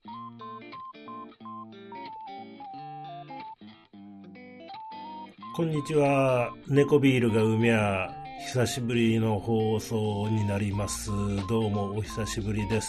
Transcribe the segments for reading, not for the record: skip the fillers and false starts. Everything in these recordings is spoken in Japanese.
こんにちは。猫ビールがうみゃ、久しぶりの放送になります。どうもお久しぶりです。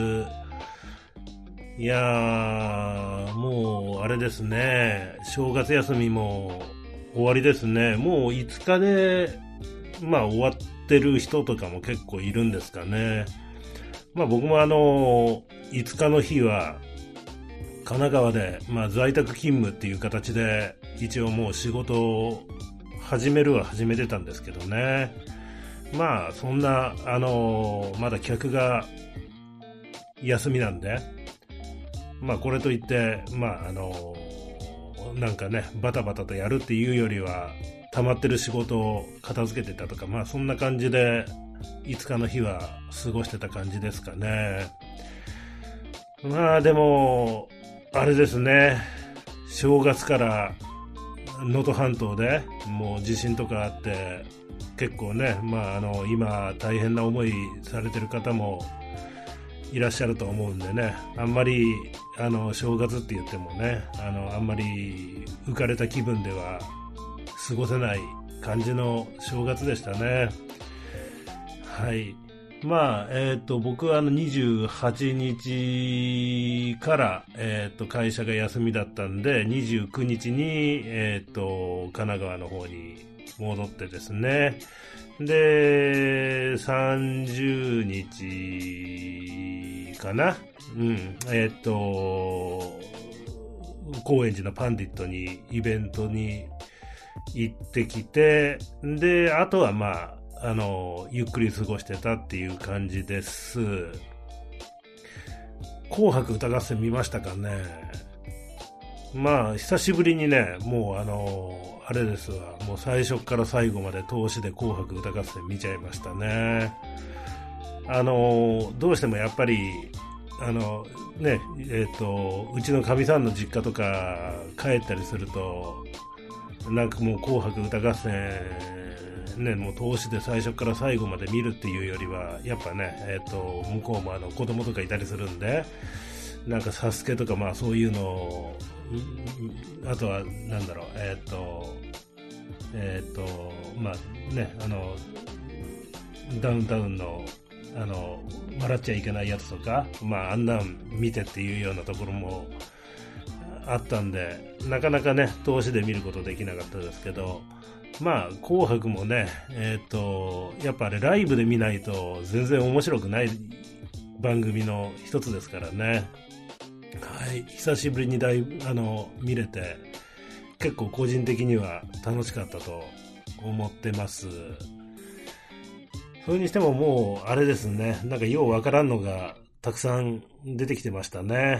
いやー、もうあれですね。正月休みも終わりですね。もう5日で、終わってる人とかも結構いるんですかね。僕も5日の日は、神奈川で、在宅勤務っていう形で、一応もう仕事を始めてたんですけどね。そんな、まだ客が休みなんで、これといって、なんかね、バタバタとやるっていうよりは、溜まってる仕事を片付けてたとか、そんな感じで、5日の日は過ごしてた感じですかね。でも、あれですね、正月から能登半島でもう地震とかあって結構ね、今大変な思いされてる方もいらっしゃると思うんでね、あんまり正月って言ってもね、あんまり浮かれた気分では過ごせない感じの正月でしたね。はい。僕は28日から、会社が休みだったんで、29日に、神奈川の方に戻ってですね。で、30日かな。高円寺のパンディットに、イベントに行ってきて、で、あとはゆっくり過ごしてたっていう感じです。紅白歌合戦見ましたかね。久しぶりにね、もうあれですわ、もう最初から最後まで通しで紅白歌合戦見ちゃいましたね。どうしてもやっぱり、うちのかみさんの実家とか帰ったりすると、なんかもう紅白歌合戦、もう通しで最初から最後まで見るっていうよりは、やっぱね、向こうも子供とかいたりするんで、なんかサスケとかそういうのを、あとはなんだろう、ダウンタウンの笑っちゃいけないやつとか、あんなん見てっていうようなところもあったんで、なかなかね、通しで見ることできなかったですけど、紅白もね、やっぱあれライブで見ないと全然面白くない番組の一つですからね。はい、久しぶりに見れて、結構個人的には楽しかったと思ってます。それにしてももう、あれですね、なんかようわからんのがたくさん出てきてましたね。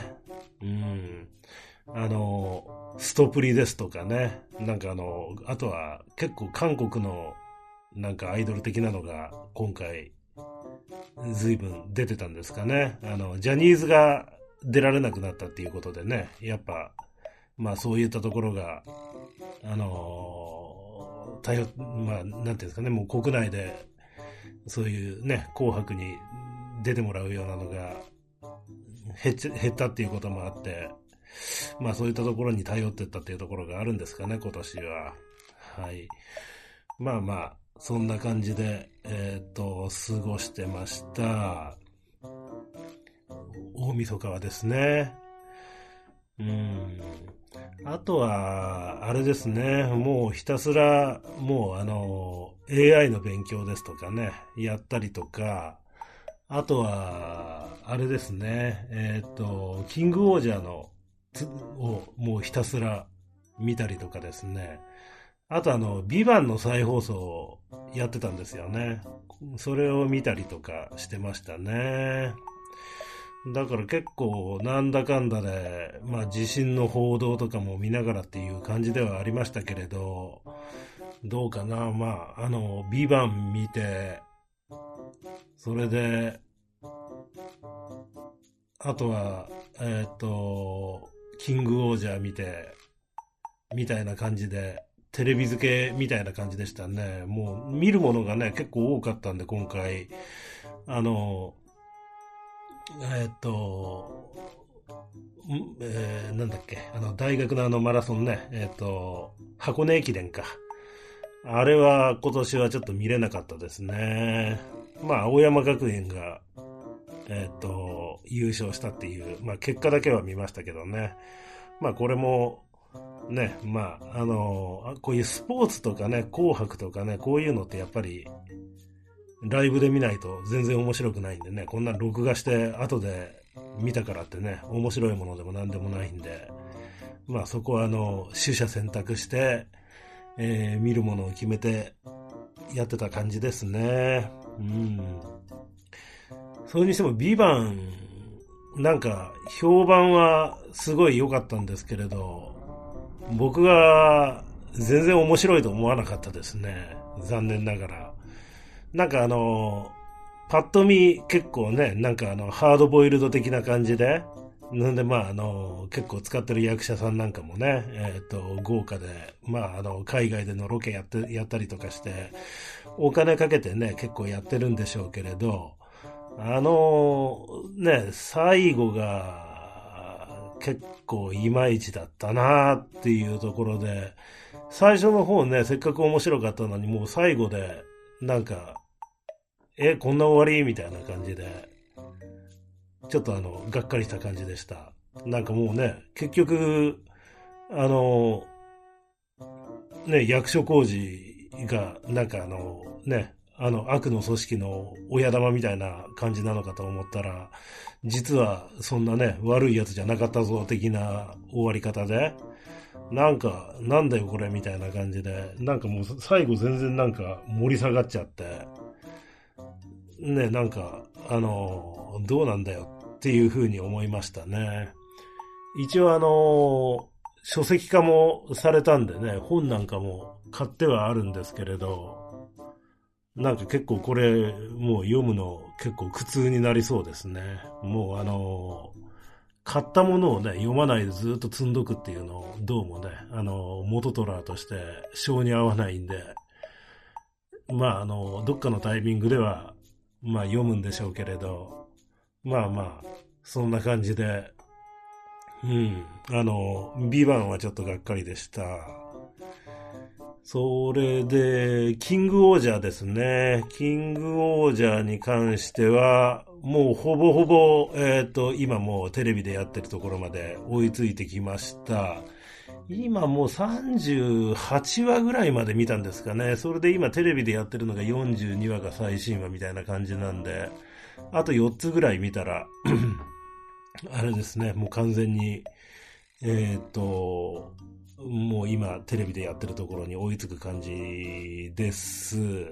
ストプリですとかね。なんかあとは結構韓国のなんかアイドル的なのが今回随分出てたんですかね。ジャニーズが出られなくなったっていうことでね、やっぱ、そういったところが、なんていうんですかね、もう国内でそういうね、紅白に出てもらうようなのが減ったっていうこともあって、そういったところに頼ってったっていうところがあるんですかね、今年は。はい。そんな感じで、過ごしてました。大晦日はですね。あとは、あれですね、もうひたすら、もうAI の勉強ですとかね、やったりとか、あとは、あれですね、キングオージャーのをもうひたすら見たりとかですね。あとビバンの再放送をやってたんですよね。それを見たりとかしてましたね。だから結構なんだかんだで、地震の報道とかも見ながらっていう感じではありましたけれど、どうかな、ビバン見て、それで、あとは、キングオージャー見て、みたいな感じで、テレビ付けみたいな感じでしたね。もう見るものがね、結構多かったんで、今回。 なんだっけ、大学のマラソンね、箱根駅伝か。あれは今年はちょっと見れなかったですね。まあ、青山学園が、優勝したっていう、まあ、結果だけは見ましたけどね。まあ、これも、ね、まあ、こういうスポーツとかね、紅白とかね、こういうのってやっぱり、ライブで見ないと全然面白くないんでね、こんな録画して後で見たからってね、面白いものでも何でもないんで、まあそこは取捨選択して、見るものを決めてやってた感じですね。うん。それにしてもビバン、なんか評判はすごい良かったんですけれど、僕が全然面白いと思わなかったですね。残念ながら。なんかパッと見結構ね、なんかハードボイルド的な感じで、なんでまあ結構使ってる役者さんなんかもね、豪華で、まあ海外でのロケやったりとかして、お金かけてね、結構やってるんでしょうけれど、ね、最後が結構いまいちだったなっていうところで、最初の方ね、せっかく面白かったのに、もう最後で、なんか、こんな終わりみたいな感じで、ちょっとがっかりした感じでした。なんかもうね、結局、ね、役所広司が、なんかね、悪の組織の親玉みたいな感じなのかと思ったら、実はそんなね、悪いやつじゃなかったぞ的な終わり方で、なんか、なんだよこれみたいな感じで、なんかもう最後全然なんか盛り下がっちゃって、ね、なんか、どうなんだよっていう風に思いましたね。一応書籍化もされたんでね、本なんかも買ってはあるんですけれど、なんか結構これ、もう読むの結構苦痛になりそうですね。もう買ったものをね、読まないでずっと積んどくっていうのを、どうもね、元トラーとして性に合わないんで、まあどっかのタイミングでは、まあ読むんでしょうけれど、まあまあ、そんな感じで、うん、ビバンはちょっとがっかりでした。それで、キングオージャーですね。キングオージャーに関しては、もうほぼほぼ、今もうテレビでやってるところまで追いついてきました。今もう38話ぐらいまで見たんですかね。それで今テレビでやってるのが42話が最新話みたいな感じなんで、あと4つぐらい見たら、あれですね、もう完全に、もう今テレビでやってるところに追いつく感じです。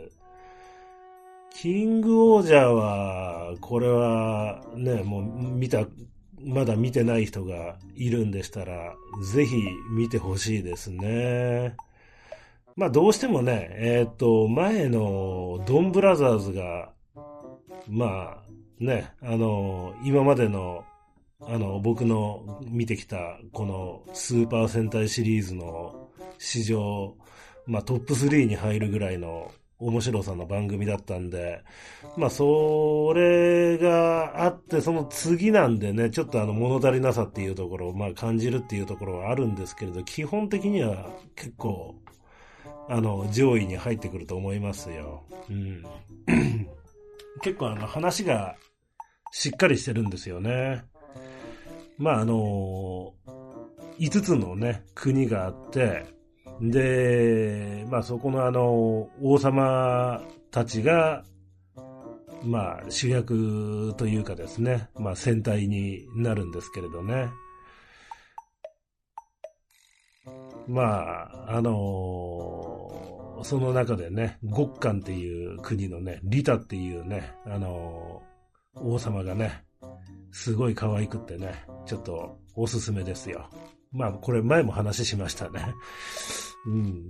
キングオージャーは、これはね、もうまだ見てない人がいるんでしたら、ぜひ見てほしいですね。まあどうしてもね、前のドンブラザーズが、まあね、今までの僕の見てきた、このスーパー戦隊シリーズの史上、まあトップ3に入るぐらいの面白さの番組だったんで、まあそれがあって、その次なんでね、ちょっと物足りなさっていうところを、まあ感じるっていうところはあるんですけれど、基本的には結構、上位に入ってくると思いますよ。うん。結構話がしっかりしてるんですよね。まあ5つのね、国があって、で、まあそこの王様たちが、まあ主役というかですね、まあ戦隊になるんですけれどね。まあ、その中でね、ゴッカンっていう国のね、リタっていうね、王様がね、すごい可愛くってね、ちょっとおすすめですよ。まあ、これ前も話しましたね。うん。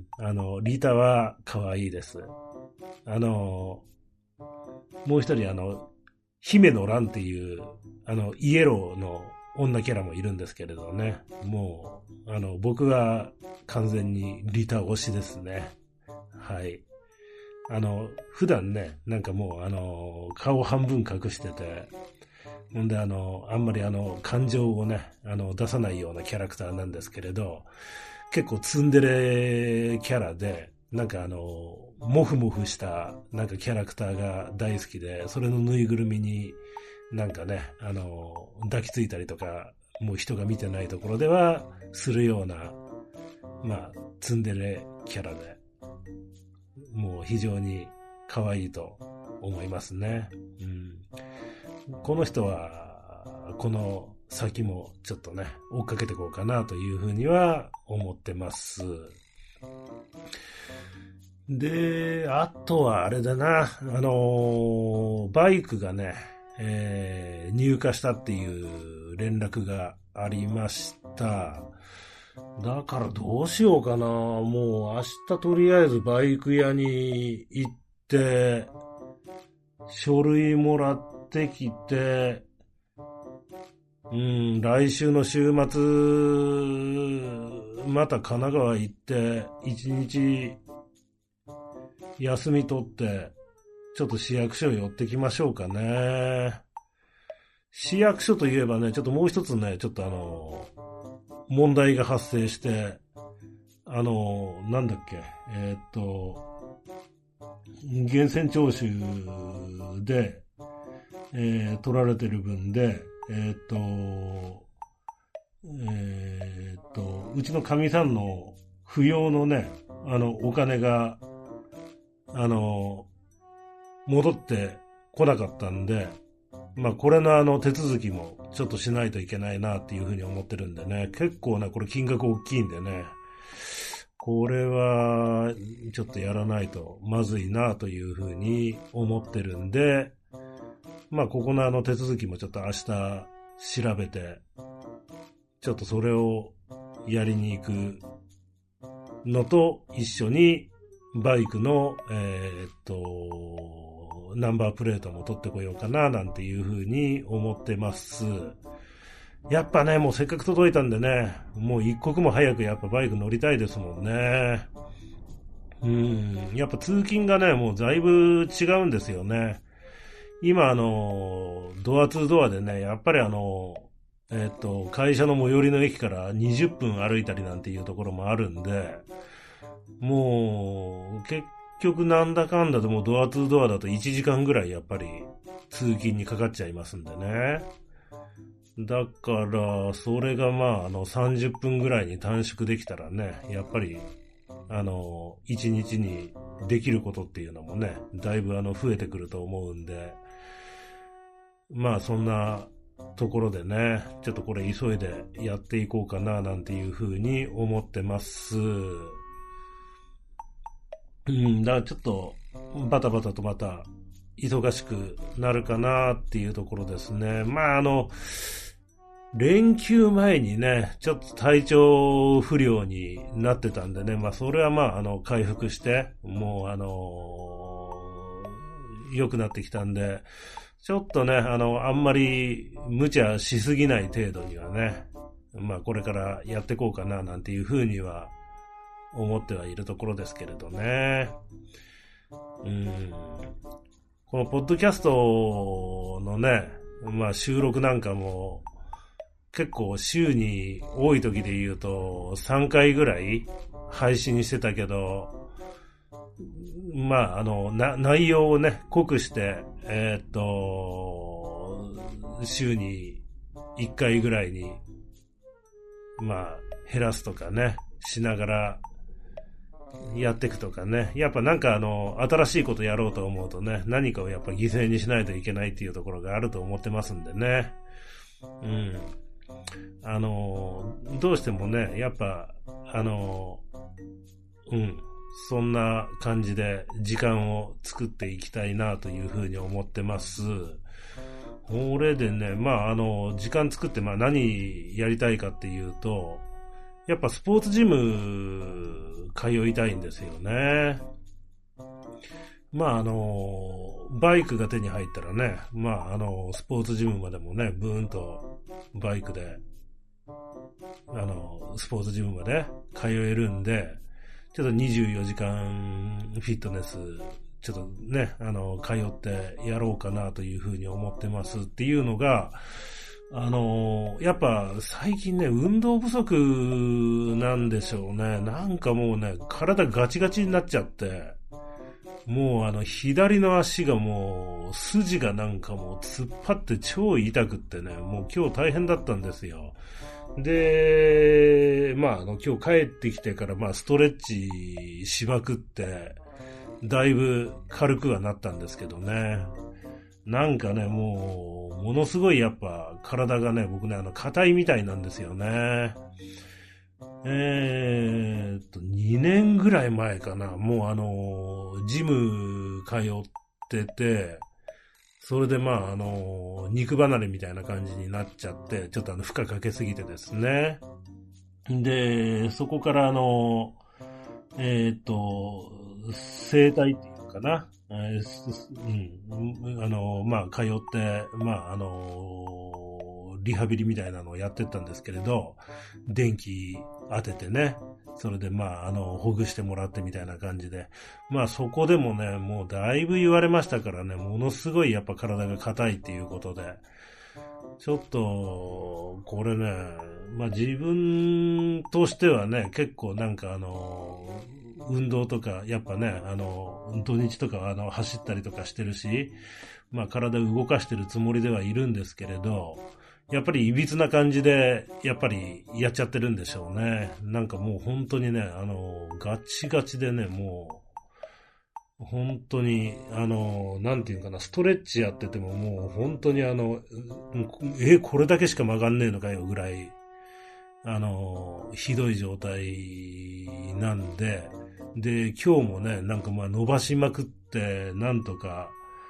リタは可愛いです。もう一人姫の蘭っていう、イエローの女キャラもいるんですけれどね。もう、僕は完全にリタ推しですね。はい。普段ね、なんかもう顔半分隠してて、 ほんであんまり感情をね、出さないようなキャラクターなんですけれど、結構ツンデレキャラで、なんかモフモフしたなんかキャラクターが大好きで、それのぬいぐるみになんかね、抱きついたりとか、もう人が見てないところではするような、まあ、ツンデレキャラで、もう非常に可愛いと思いますね。この人は、この先もちょっとね、追っかけていこうかなというふうには思ってます。で、あとはあれだな、バイクがね、入荷したっていう連絡がありました。だからどうしようかな。もう明日とりあえずバイク屋に行って、書類もらってきて、来週の週末、また神奈川行って、一日休み取って、ちょっと市役所寄ってきましょうかね。市役所といえばね、ちょっともう一つね、ちょっと問題が発生して、なんだっけ、源泉徴収で、取られてる分で、うちの神さんの扶養のね、お金が、戻ってこなかったんで、まあこれの手続きもちょっとしないといけないなっていうふうに思ってるんでね、結構なこれ金額大きいんでね、これはちょっとやらないとまずいなというふうに思ってるんで、まあここの手続きもちょっと明日調べて、ちょっとそれをやりに行くのと一緒にバイクのナンバープレートも取ってこようかななんていうふうに思ってます。やっぱね、もうせっかく届いたんでね、もう一刻も早くやっぱバイク乗りたいですもんね。やっぱ通勤がね、もうだいぶ違うんですよね。今ドアツードアでね、やっぱり会社の最寄りの駅から20分歩いたりなんていうところもあるんで、もう結局なんだかんだでもドアツードアだと1時間ぐらいやっぱり通勤にかかっちゃいますんでね。だからそれがまあ30分ぐらいに短縮できたらね、やっぱり1日にできることっていうのもね、だいぶ増えてくると思うんで、まあそんなところでね、ちょっとこれ急いでやっていこうかななんていうふうに思ってます。だからちょっとバタバタとまた忙しくなるかなっていうところですね。まあ連休前にね、ちょっと体調不良になってたんでね、まあそれはまあ回復して、もう良くなってきたんで、ちょっとね、あんまり無茶しすぎない程度にはね、まあこれからやっていこうかななんていうふうには思ってはいるところですけれどね。このポッドキャストのね、まあ収録なんかも結構週に多い時で言うと3回ぐらい配信してたけど、まあ内容をね、濃くして、週に1回ぐらいに、まあ減らすとかね、しながらやっていくとかね。やっぱなんか新しいことやろうと思うとね、何かをやっぱ犠牲にしないといけないっていうところがあると思ってますんでね。どうしてもね、やっぱ、そんな感じで時間を作っていきたいなというふうに思ってます。これでね、まあ時間作ってまあ何やりたいかっていうと、やっぱスポーツジム通いたいんですよね。まあバイクが手に入ったらね、まあスポーツジムまでもね、ブーンとバイクで、スポーツジムまで通えるんで、ちょっと24時間フィットネスちょっとね、通ってやろうかなというふうに思ってますっていうのが、やっぱ最近ね、運動不足なんでしょうね。なんかもうね、体ガチガチになっちゃって、もう左の足がもう、筋がなんかもう突っ張って超痛くってね、もう今日大変だったんですよ。で、まあ、今日帰ってきてから、まあ、ストレッチしまくって、だいぶ軽くはなったんですけどね。なんかね、もう、ものすごいやっぱ、体がね、僕ね、硬いみたいなんですよね。2年ぐらい前かな。もうジム通ってて、それでまあ肉離れみたいな感じになっちゃって、ちょっと負荷かけすぎてですね。で、そこから整体っていうのかな。まあ、通って、まあ、リハビリみたいなのをやってったんですけれど、電気当ててね、それでまあ、ほぐしてもらってみたいな感じで、まあそこでもね、もうだいぶ言われましたからね、ものすごいやっぱ体が硬いっていうことで、ちょっと、これね、まあ自分としてはね、結構なんか運動とか、やっぱね、土日とか走ったりとかしてるし、まあ体を動かしてるつもりではいるんですけれど、やっぱり歪な感じで、やっぱりやっちゃってるんでしょうね。なんかもう本当にね、ガチガチでね、もう、本当に、なんていうかな、ストレッチやっててももう本当にこれだけしか曲がんねえのかよぐらい、ひどい状態なんで、で、今日もね、なんかまあ伸ばしまくって、なんとか、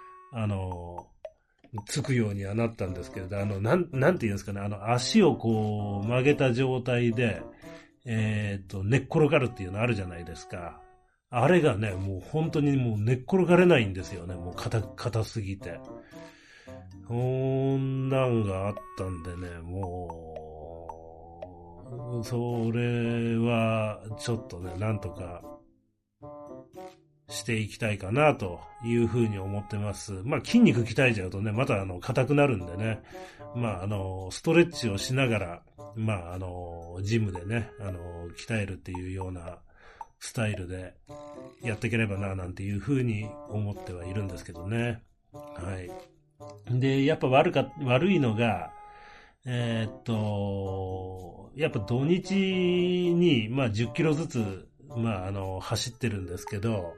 つくようにはなったんですけれど、なんていうんですかね、足をこう曲げた状態で、寝っ転がるっていうのあるじゃないですか。あれがね、もう本当にもう寝っ転がれないんですよね、もう硬すぎて。こんなんがあったんでね、もう、それは、ちょっとね、なんとか、していきたいかなというふうに思ってます。まあ筋肉鍛えちゃうとね、また硬くなるんでね、まあストレッチをしながら、まあジムでね、鍛えるっていうようなスタイルでやっていければな、なんていうふうに思ってはいるんですけどね。はい。で、やっぱ悪いのが、やっぱ土日に、まあ10キロずつ、まあ走ってるんですけど、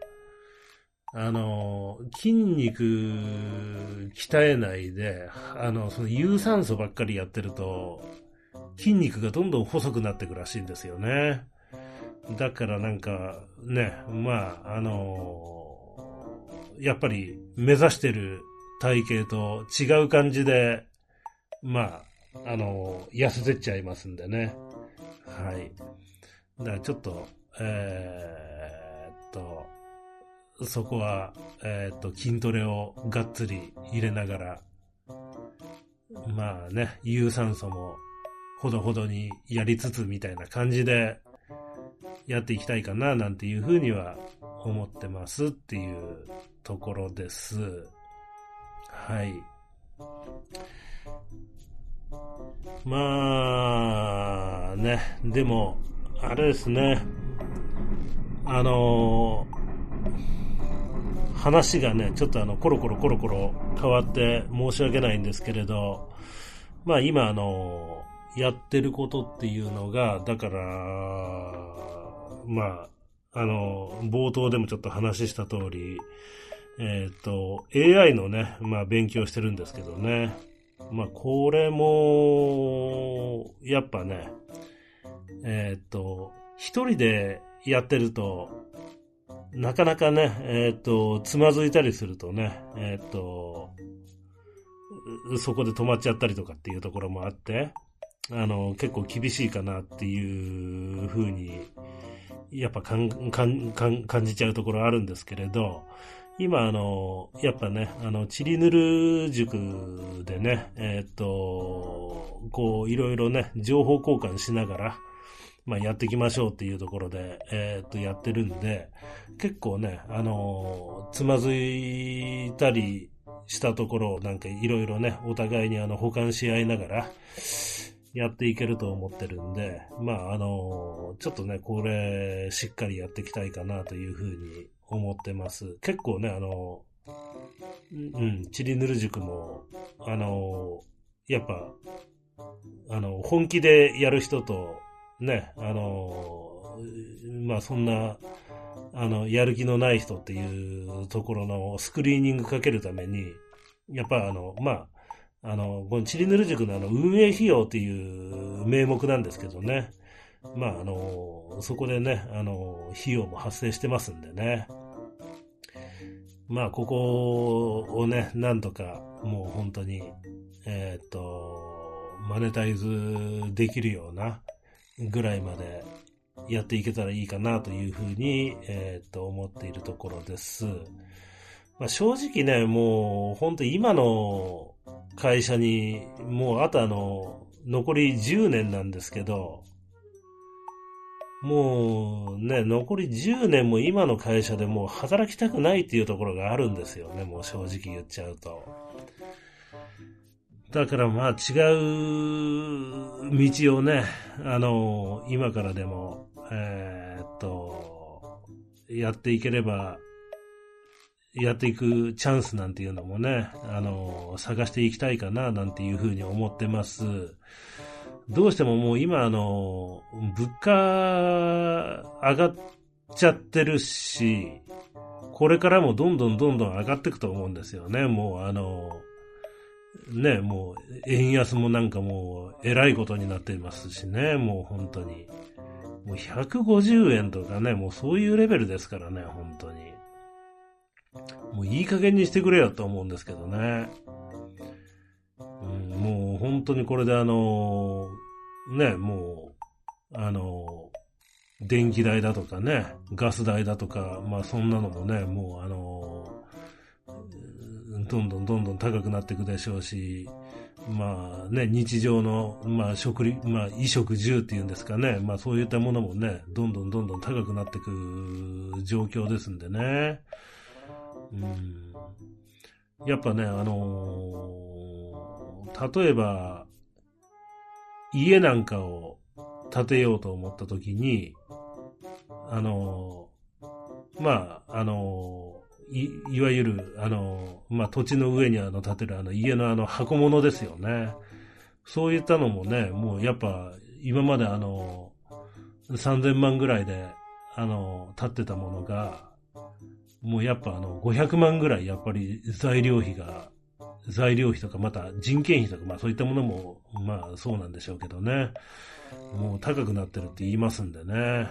筋肉鍛えないで、その有酸素ばっかりやってると、筋肉がどんどん細くなっていくらしいんですよね。だからなんか、ね、まあ、やっぱり目指してる体型と違う感じで、まあ、痩せてっちゃいますんでね。はい。だからちょっと、そこは、筋トレをがっつり入れながら、まあね、有酸素もほどほどにやりつつみたいな感じでやっていきたいかななんていうふうには思ってますっていうところです。はい。まあね、でも、あれですね、話がね、ちょっとコロコロ変わって申し訳ないんですけれど、まあ今やってることっていうのが、だから、まあ、冒頭でもちょっと話した通り、AI のね、まあ勉強してるんですけどね。まあこれも、やっぱね、一人でやってると、なかなかね、つまずいたりするとね、そこで止まっちゃったりとかっていうところもあって、結構厳しいかなっていう風に、やっぱ感じちゃうところあるんですけれど、今やっぱね、チリヌル塾でね、こう、いろいろね、情報交換しながら、 まあやっていきましょうっていうところで、やってるんで、結構ね、つまずいたりしたところをなんかいろいろね、お互いに補完し合いながら、やっていけると思ってるんで、まあちょっとね、これ、しっかりやっていきたいかなというふうに思ってます。結構ね、チリヌル塾も、やっぱ、本気でやる人と、ね、まあそんな、やる気のない人っていうところのスクリーニングかけるために、やっぱまあ、このチリヌル塾の運営費用っていう名目なんですけどね。まあ、そこでね、費用も発生してますんでね。まあ、ここをね、なんとか、もう本当に、マネタイズできるようなぐらいまでやっていけたらいいかなというふうに、思っているところです。まあ、正直ね、もう本当今の会社に、もうあと残り10年なんですけど、もうね、残り10年も今の会社でもう働きたくないっていうところがあるんですよね、もう正直言っちゃうと。だからまあ違う道をね、今からでも、やっていければ、やっていくチャンスなんていうのもね、探していきたいかななんていうふうに思ってます。どうしてももう今物価上がっちゃってるし、これからもどんどん上がっていくと思うんですよね。もうね、もう円安もなんかもうえらいことになっていますしね、もう本当に。もう150円とかね、もうそういうレベルですからね、本当に。もういい加減にしてくれよと思うんですけどね。もう本当にこれでね、もう、電気代だとかね、ガス代だとか、まあそんなのもね、もうどんどん高くなっていくでしょうし、まあね、日常の、まあまあ衣食住っていうんですかね、まあそういったものもね、どんどん高くなっていく状況ですんでね。やっぱね、例えば、家なんかを建てようと思ったときに、まあ、いわゆる、まあ、土地の上に建てる家の箱物ですよね。そういったのもね、もうやっぱ、今まで3000万ぐらいで、建ってたものが、もうやっぱ500万ぐらいやっぱり材料費とかまた人件費とかまあそういったものもまあそうなんでしょうけどね。もう高くなってるって言いますんでね。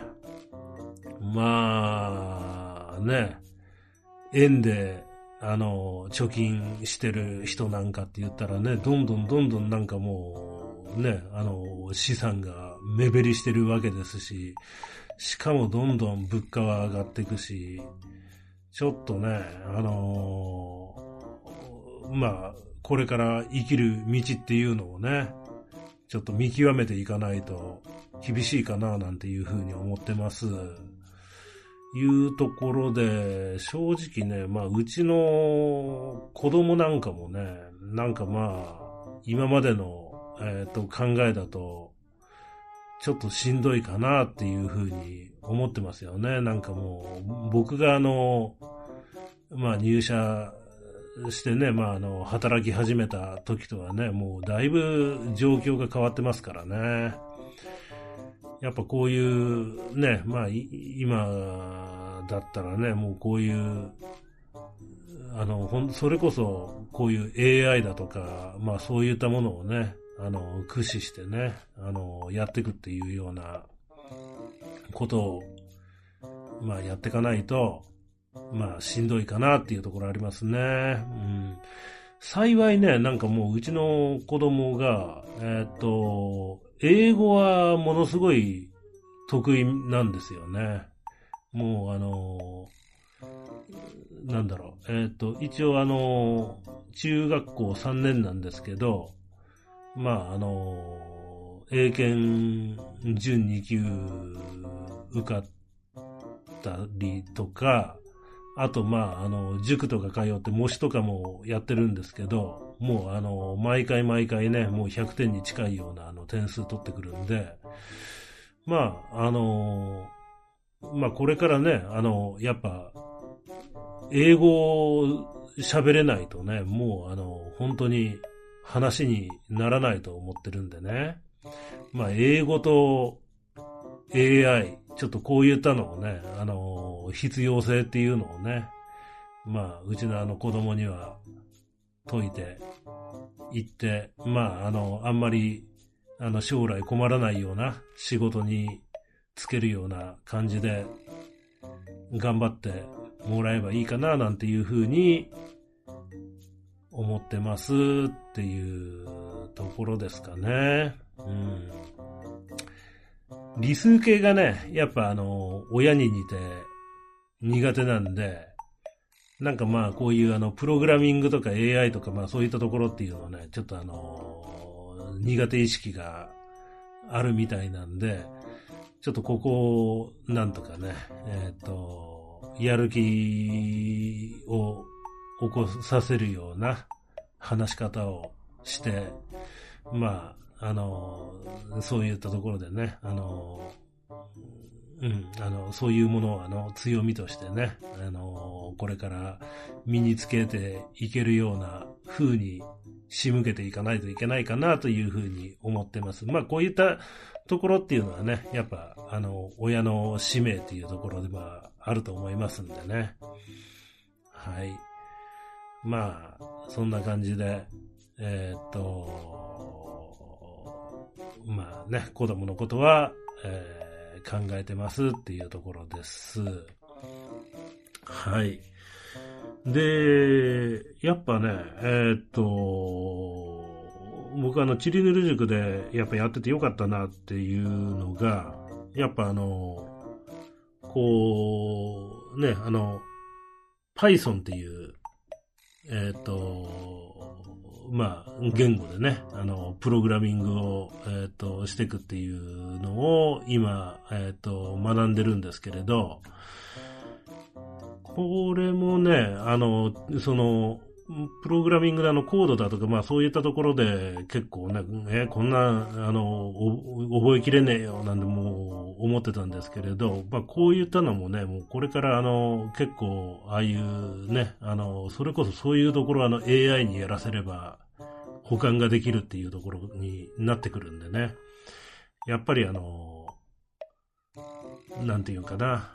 まあね、円で貯金してる人なんかって言ったらね、どんどんなんかもうね、資産が目減りしてるわけですし、しかもどんどん物価は上がっていくし、ちょっとね、まあ、これから生きる道っていうのをね、ちょっと見極めていかないと厳しいかななんていうふうに思ってます。いうところで、正直ね、まあ、うちの子供なんかもね、なんかまあ、今までの、考えだと、ちょっとしんどいかなっていうふうに思ってますよね。なんかもう、僕がまあ入社してね、まあ働き始めた時とはね、もうだいぶ状況が変わってますからね。やっぱこういうね、まあ今だったらね、もうこういう、それこそこういう AI だとか、まあそういったものをね、駆使してね、やっていくっていうようなことを、まあやっていかないと、まあしんどいかなっていうところありますね。幸いね、なんかもううちの子供が、英語はものすごい得意なんですよね。もうなんだろう。一応中学校3年なんですけど、まあ英検準2級受かったりとか、あと、塾とか通って模試とかもやってるんですけど、もう毎回毎回ね、もう100点に近いような点数取ってくるんで、これからね、やっぱ、英語を喋れないとね、もう本当に話にならないと思ってるんでね。英語と AI、ちょっとこういったのをね、必要性っていうのをね、うちの子供には解いていって、あんまり、将来困らないような仕事につけるような感じで頑張ってもらえばいいかななんていうふうに思ってますっていうところですかね。理数系がね、やっぱ親に似て苦手なんで、なんかこういうプログラミングとか AI とかそういったところっていうのはね、ちょっと苦手意識があるみたいなんで、ちょっとここをなんとかね、やる気を起こさせるような話し方をして、そういったところでね、そういうものを強みとしてね、これから身につけていけるような風に仕向けていかないといけないかなという風に思ってます。こういったところっていうのはね、やっぱ、親の使命っていうところであると思いますんでね。はい。そんな感じで、子供のことは、考えてますっていうところです。はい。で、やっぱね、僕チリヌル塾でやっぱやっててよかったなっていうのが、やっぱPython っていう、言語でね、プログラミングを、していくっていうのを今、学んでるんですけれど、これもね、プログラミングでコードだとか、そういったところで結構ね、こんな、覚えきれねえよ、なんてもう思ってたんですけれど、こういったのもね、もうこれから結構、ああいうね、それこそそういうところAI にやらせれば、保管ができるっていうところになってくるんでね。やっぱりなんていうかな、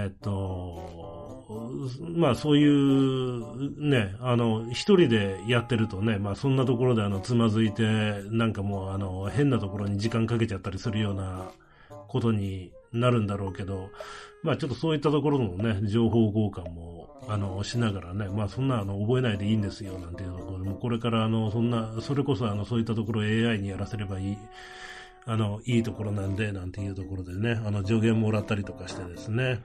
そういうね、一人でやってるとね、そんなところでつまずいて、なんかもう変なところに時間かけちゃったりするようなことになるんだろうけど、ちょっとそういったところのね、情報交換も、しながらね、そんな覚えないでいいんですよ、なんていうところでも、これからそれこそそういったところを AI にやらせればいい、いいところなんで、なんていうところでね、助言もらったりとかしてですね。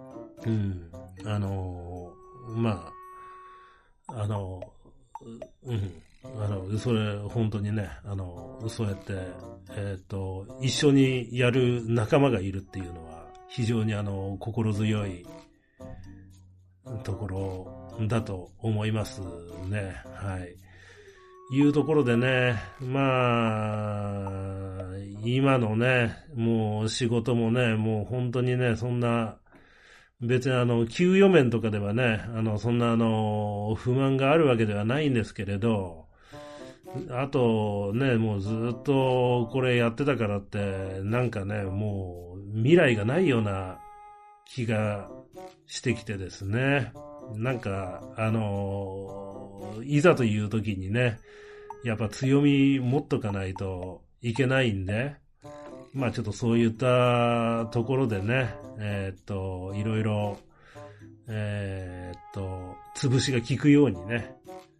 それ、本当にね、そうやって、一緒にやる仲間がいるっていうのは、非常に心強いところだと思いますね。はい。いうところでね、今のね、もう仕事もね、もう本当にね、そんな、別に給与面とかではね、そんな不満があるわけではないんですけれど、あとね、もうずっとこれやってたからって、なんかね、もう未来がないような気がしてきてですね。なんか、いざという時にね、やっぱ強み持っとかないといけないんで、ちょっとそういったところでね、いろいろ、潰しが効くようにね、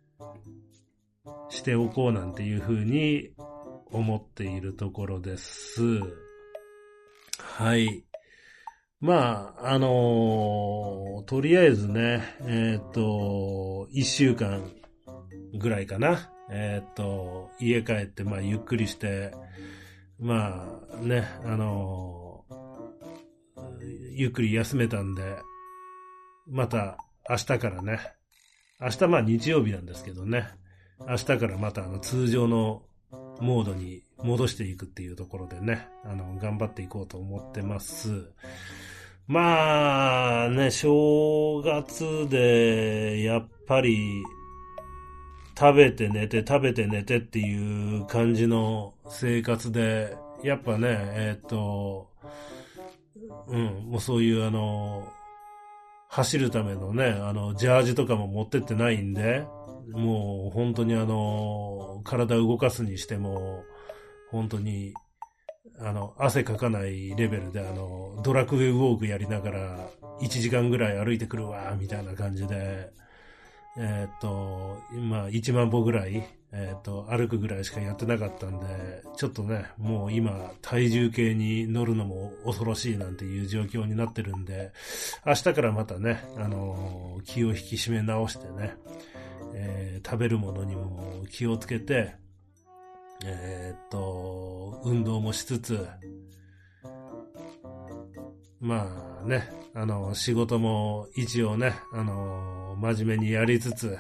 しておこうなんていうふうに思っているところです。はい。とりあえずね、一週間ぐらいかな。家帰って、ゆっくりして、 まあね、ゆっくり休めたんで、また明日からね、明日まあ日曜日なんですけどね、明日からまた通常のモードに戻していくっていうところでね、頑張っていこうと思ってます。まあね、正月でやっぱり食べて寝て食べて寝てっていう感じの生活で、やっぱね、もうそういう走るためのね、ジャージとかも持ってってないんで、もう本当に体を動かすにしても、本当に、汗かかないレベルで、ドラクエウォークやりながら、1時間ぐらい歩いてくるわ、みたいな感じで、今、1万歩ぐらい、歩くぐらいしかやってなかったんで、ちょっとね、もう今、体重計に乗るのも恐ろしいなんていう状況になってるんで、明日からまたね、気を引き締め直してね、食べるものにも気をつけて、運動もしつつ、まあね、仕事も一応ね、真面目にやりつつ、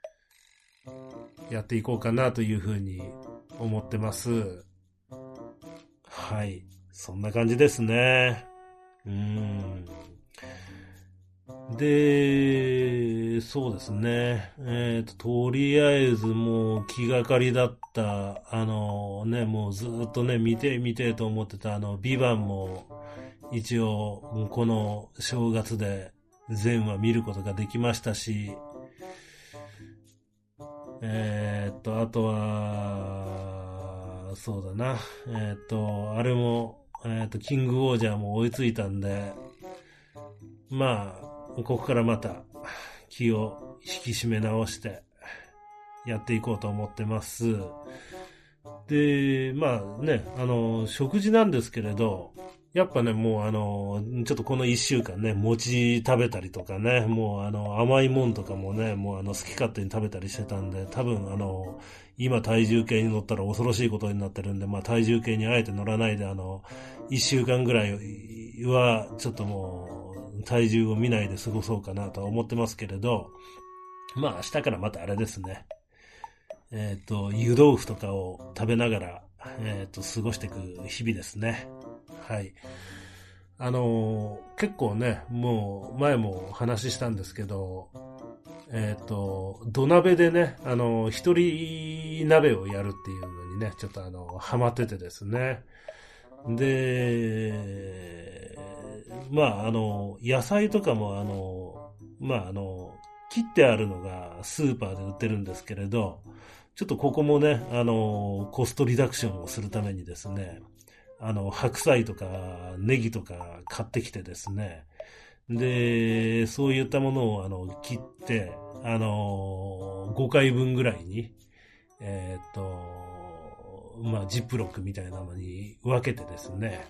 やっていこうかなというふうに思ってます。はい。そんな感じですね。で、そうですね。とりあえずもう気がかりだった、もうずっとね、見てと思ってたビバンも一応この正月で全話見ることができましたし、あとは、そうだな。あれも、キングオージャーも追いついたんで、まあ、ここからまた気を引き締め直してやっていこうと思ってます。で、まあね、食事なんですけれど、やっぱね、もうちょっとこの一週間ね、餅食べたりとかね、もう甘いもんとかもね、もう好き勝手に食べたりしてたんで、多分今体重計に乗ったら恐ろしいことになってるんで、まあ体重計にあえて乗らないで一週間ぐらいは、ちょっともう、体重を見ないで過ごそうかなとは思ってますけれど、まあ明日からまたあれですね。湯豆腐とかを食べながら、過ごしていく日々ですね。はい。結構ね、もう前も話したんですけど、土鍋でね、一人鍋をやるっていうのにね、ちょっとハマっててですね。で、まあ、野菜とかも切ってあるのがスーパーで売ってるんですけれど、ちょっとここもね、コストリダクションをするためにですね、白菜とかネギとか買ってきてですね、で、そういったものを切って、5回分ぐらいに、ジップロックみたいなのに分けてですね、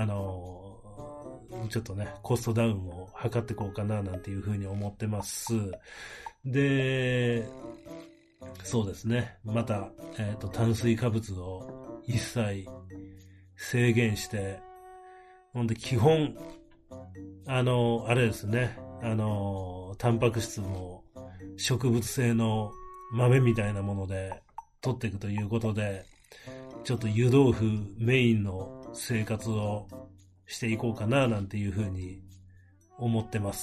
ちょっとね、コストダウンを図っていこうかななんていうふうに思ってます。で、そうですね。また、炭水化物を一切制限して、ほんで基本、あれですね。タンパク質も植物性の豆みたいなもので取っていくということで、ちょっと湯豆腐メインの生活をしていこうかななんていうふうに思ってます。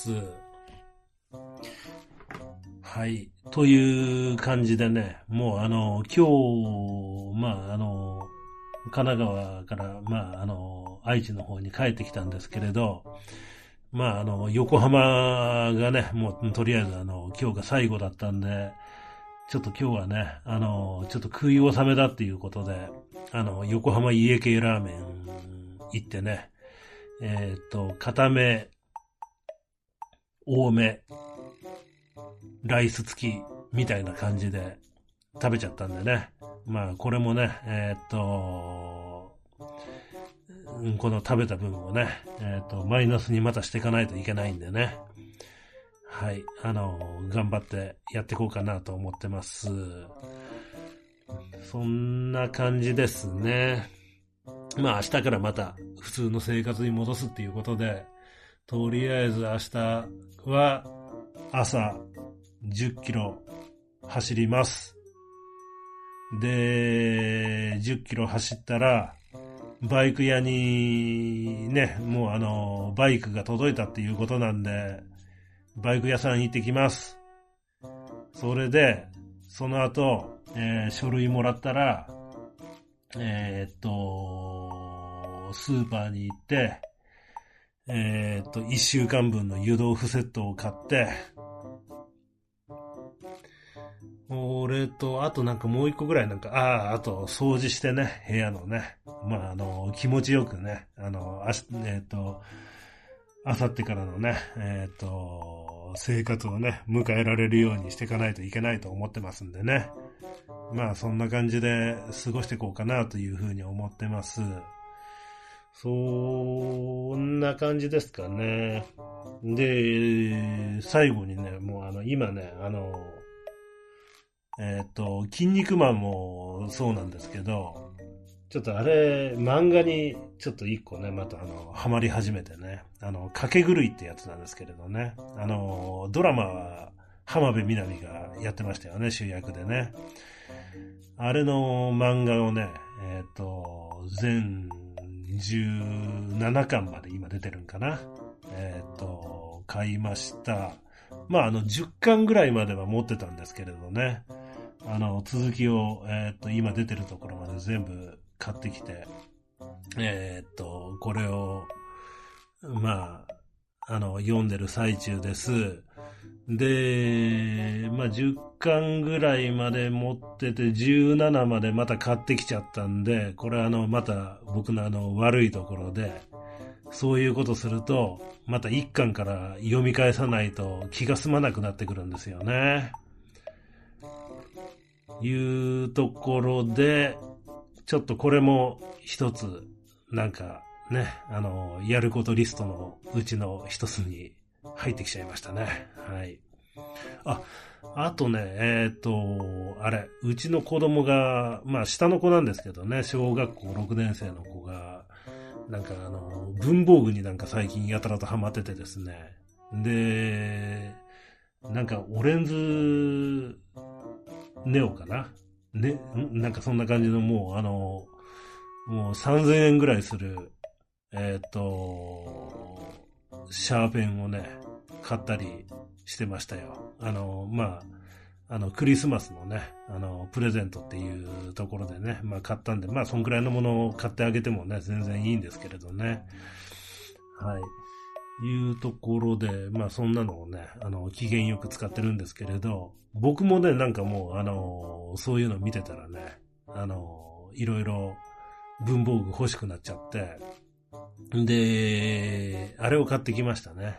はい。という感じでね、もう今日、神奈川から、愛知の方に帰ってきたんですけれど、横浜がね、もうとりあえず今日が最後だったんで、ちょっと今日はね、ちょっと食い納めだっていうことで、横浜家系ラーメン行ってね、固め、多め、ライス付きみたいな感じで食べちゃったんでね。まあこれもね、この食べた分をね、マイナスにまたしていかないといけないんでね。はい、頑張ってやっていこうかなと思ってます。そんな感じですね。 まあ明日からまた普通の生活に戻すっていうことで、とりあえず明日は朝10キロ走ります。で、10キロ走ったら、バイク屋にね、もうバイクが届いたっていうことなんで、バイク屋さん行ってきます。それで、その後、書類もらったら、スーパーに行って、1週間分の湯豆腐セットを買って、俺と、あとなんかもう一個ぐらいあと掃除してね、部屋のね、まあ気持ちよくね、あさってからのね、生活をね、迎えられるようにしていかないといけないと思ってますんでね。まあそんな感じで過ごしていこうかなというふうに思ってます。そんな感じですかね。で、最後にね、もう今ね、筋肉マンもそうなんですけど、ちょっとあれ、漫画にちょっと一個ね、またハマり始めてね、賭け狂いってやつなんですけれどね、ドラマは浜辺美波がやってましたよね、主役でね。あれの漫画をね、全17巻まで今出てるんかな。買いました。まあ、10巻ぐらいまでは持ってたんですけれどね。続きを、今出てるところまで全部買ってきて、これを、まあ、読んでる最中です。で、まあ、10巻ぐらいまで持ってて、17までまた買ってきちゃったんで、これまた僕の悪いところで、そういうことすると、また1巻から読み返さないと気が済まなくなってくるんですよね。いうところで、ちょっとこれも一つ、なんかね、やることリストのうちの一つに入ってきちゃいましたね。はい。あとね、あれ、うちの子供が、まあ下の子なんですけどね、小学校6年生の子が、なんか文房具になんか最近やたらとハマっててですね。で、なんかオレンズネオかなね、なんかそんな感じのもう3000円ぐらいする、シャーペンをね、買ったりしてましたよ。まあ、クリスマスのね、プレゼントっていうところでね、まあ買ったんで、まあそんくらいのものを買ってあげてもね、全然いいんですけれどね。はい。いうところで、まあそんなのをね、機嫌よく使ってるんですけれど、僕もね、なんかもう、そういうの見てたらね、いろいろ文房具欲しくなっちゃって、で、あれを買ってきましたね。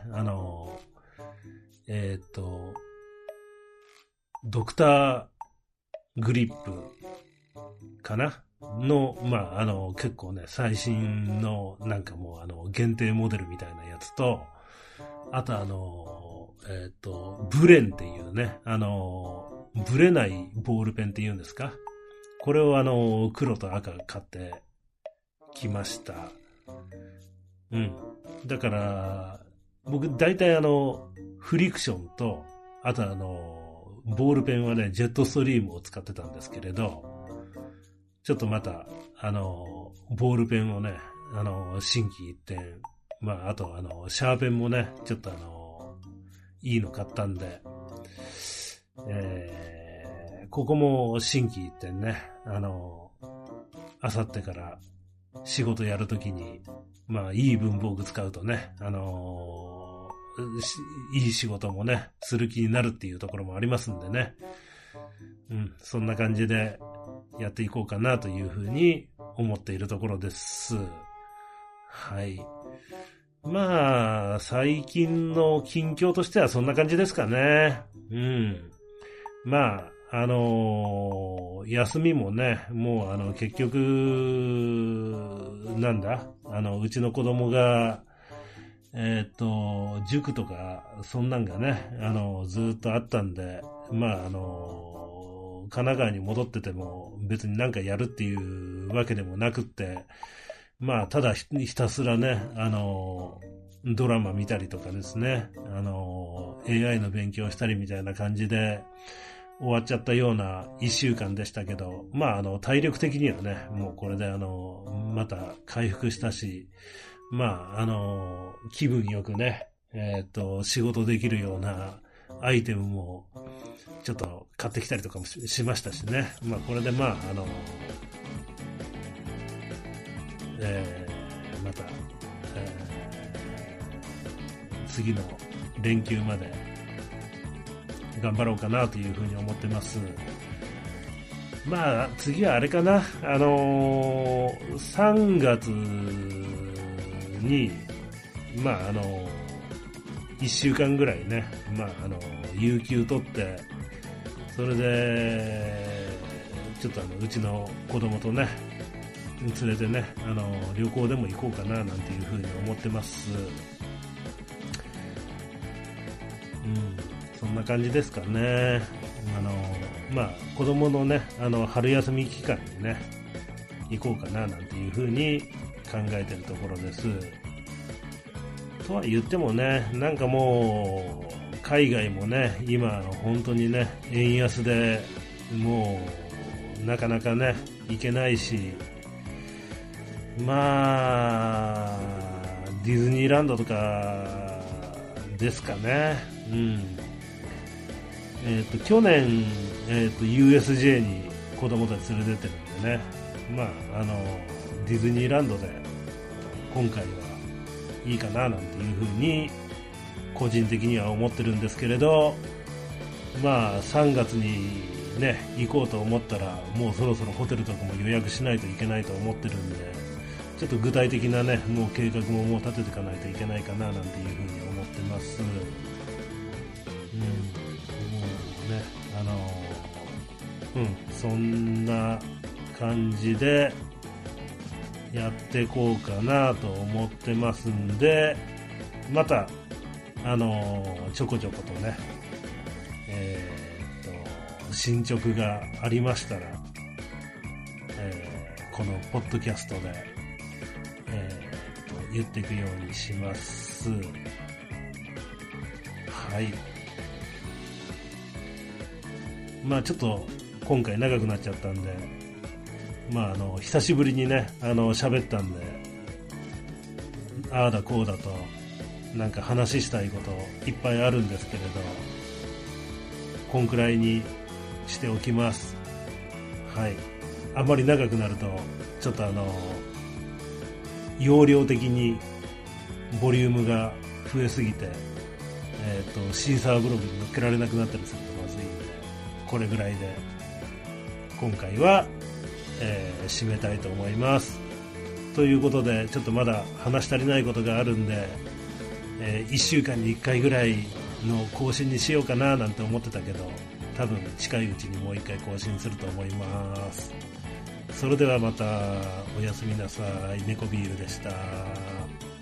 ドクターグリップかなの、まあ、結構ね、最新の、なんかもう、限定モデルみたいなやつと、あとブレンっていうね、ブレないボールペンっていうんですか。これを黒と赤買ってきました。うん。だから、僕、大体フリクションと、あとボールペンはね、ジェットストリームを使ってたんですけれど、ちょっとまた、ボールペンをね、心機一転、まあ、あとシャーペンもね、ちょっといいの買ったんで、ここも心機一転ね、あさってから仕事やるときに、まあ、いい文房具使うとね、いい仕事もね、する気になるっていうところもありますんでね。うん、そんな感じでやっていこうかなというふうに思っているところです。はい。まあ、最近の近況としてはそんな感じですかね。うん。まあ、休みもね、もう結局、なんだ、うちの子供が、塾とか、そんなんがね、ずっとあったんで、まあ、神奈川に戻ってても別になんかやるっていうわけでもなくって、 まあ、ただひたすらね、ドラマ見たりとかですね、AI の勉強したりみたいな感じで終わっちゃったような一週間でしたけど、まあ、体力的にはね、もうこれでまた回復したし、まあ、気分よくね、仕事できるようなアイテムもちょっと買ってきたりとかもしましたしね。まあ、これでまあ、また、次の連休まで頑張ろうかなというふうに思ってます。まあ、次はあれかな、3月に、まあ、1週間ぐらいね、まあ、有給取って、それで、ちょっとうちの子供とね、連れてね、旅行でも行こうかな、なんていうふうに思ってます。そんな感じですかね。まあ、子供のね、春休み期間にね、行こうかな、なんていうふうに考えてるところです。とは言ってもね、なんかもう、海外もね、今、本当にね、円安で、もう、なかなかね、行けないし、まあ、ディズニーランドとか、ですかね。去年、USJ に子供たち連れてってるんでね、まあ、ディズニーランドで今回はいいかななんていうふうに個人的には思ってるんですけれど、まあ3月にね行こうと思ったらもうそろそろホテルとかも予約しないといけないと思ってるんで、ちょっと具体的なねもう計画ももう立てていかないといけないかななんていうふうに思ってます。もうねそんな感じでやっていこうかなと思ってますんで、またちょこちょことね進捗がありましたら、このポッドキャストで、言っていくようにします。はい。まあちょっと今回長くなっちゃったんで、まあ久しぶりにね喋ったんで、ああだこうだとなんか話したいこといっぱいあるんですけれど、こんくらいにしておきます。はい。あまり長くなるとちょっと容量的にボリュームが増えすぎて、シーサーブログに載っけられなくなったりするとまずいんで、これぐらいで今回は、締めたいと思います。ということで、ちょっとまだ話し足りないことがあるんで、1週間に1回ぐらいの更新にしようかななんて思ってたけど、多分近いうちにもう1回更新すると思います。それではまたおやすみなさい。猫ビールでした。